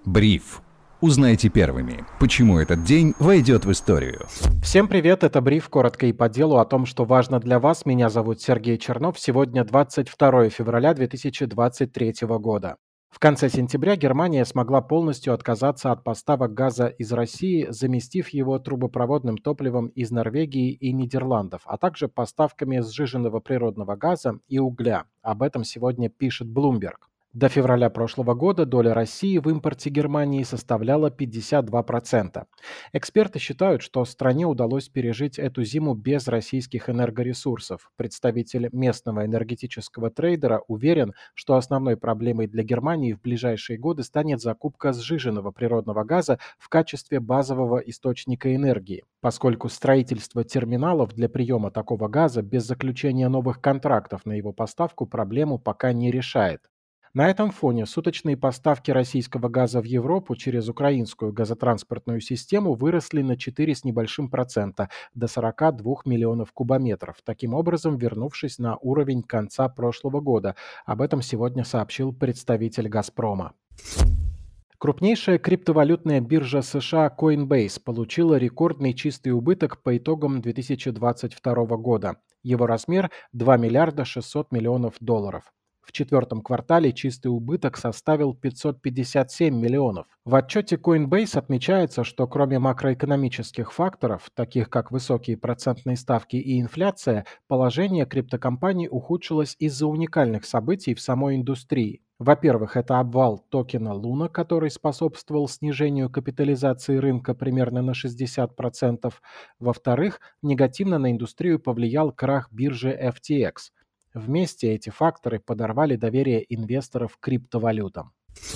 Бриф. Узнайте первыми, почему этот день войдет в историю. Всем привет, это Бриф, коротко и по делу о том, что важно для вас. Меня зовут Сергей Чернов. Сегодня 22 февраля 2023 года. В конце сентября Германия смогла полностью отказаться от поставок газа из России, заместив его трубопроводным топливом из Норвегии и Нидерландов, а также поставками сжиженного природного газа и угля. Об этом сегодня пишет Bloomberg. До февраля прошлого года доля России в импорте Германии составляла 52%. Эксперты считают, что стране удалось пережить эту зиму без российских энергоресурсов. Представитель местного энергетического трейдера уверен, что основной проблемой для Германии в ближайшие годы станет закупка сжиженного природного газа в качестве базового источника энергии, поскольку строительство терминалов для приема такого газа без заключения новых контрактов на его поставку проблему пока не решает. На этом фоне суточные поставки российского газа в Европу через украинскую газотранспортную систему выросли на 4 с небольшим процента, до 42 миллионов кубометров, таким образом вернувшись на уровень конца прошлого года. Об этом сегодня сообщил представитель «Газпрома». Крупнейшая криптовалютная биржа США Coinbase получила рекордный чистый убыток по итогам 2022 года. Его размер – 2 миллиарда 600 миллионов долларов. В четвертом квартале чистый убыток составил 557 миллионов. В отчете Coinbase отмечается, что кроме макроэкономических факторов, таких как высокие процентные ставки и инфляция, положение криптокомпаний ухудшилось из-за уникальных событий в самой индустрии. Во-первых, это обвал токена Luna, который способствовал снижению капитализации рынка примерно на 60%. Во-вторых, негативно на индустрию повлиял крах биржи FTX. Вместе эти факторы подорвали доверие инвесторов к криптовалютам.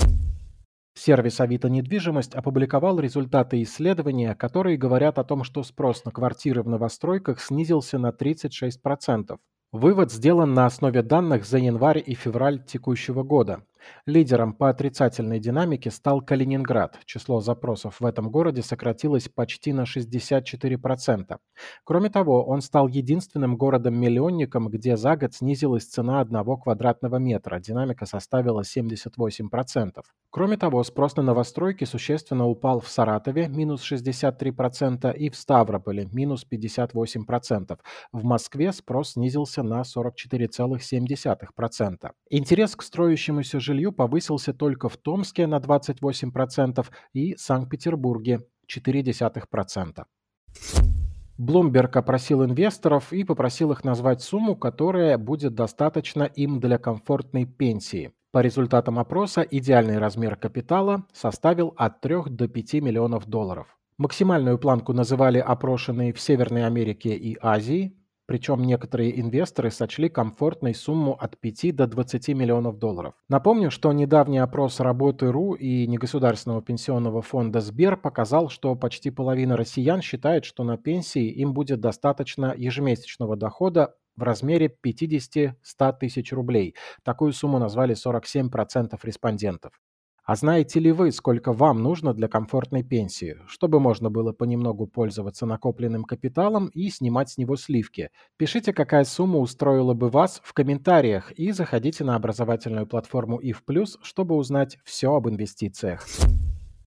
Сервис Авито Недвижимость опубликовал результаты исследования, которые говорят о том, что спрос на квартиры в новостройках снизился на 36%. Вывод сделан на основе данных за январь и февраль текущего года. Лидером по отрицательной динамике стал Калининград. Число запросов в этом городе сократилось почти на 64%. Кроме того, он стал единственным городом-миллионником, где за год снизилась цена 1 квадратного метра. Динамика составила 78%. Кроме того, спрос на новостройки существенно упал в Саратове – минус 63% и в Ставрополе – минус 58%. В Москве спрос снизился на 44,7%. Интерес к строящемуся жилью повысился только в Томске на 28% и Санкт-Петербурге – 0,4%. Bloomberg опросил инвесторов и попросил их назвать сумму, которая будет достаточна им для комфортной пенсии. По результатам опроса идеальный размер капитала составил от 3 до 5 миллионов долларов. Максимальную планку называли опрошенные в Северной Америке и Азии, причем некоторые инвесторы сочли комфортной сумму от 5 до 20 миллионов долларов. Напомню, что недавний опрос Работы.ру и негосударственного пенсионного фонда Сбер показал, что почти половина россиян считает, что на пенсии им будет достаточно ежемесячного дохода в размере 50-100 тысяч рублей. Такую сумму назвали 47% респондентов. А знаете ли вы, сколько вам нужно для комфортной пенсии, чтобы можно было понемногу пользоваться накопленным капиталом и снимать с него сливки? Пишите, какая сумма устроила бы вас в комментариях и заходите на образовательную платформу IF+, чтобы узнать все об инвестициях.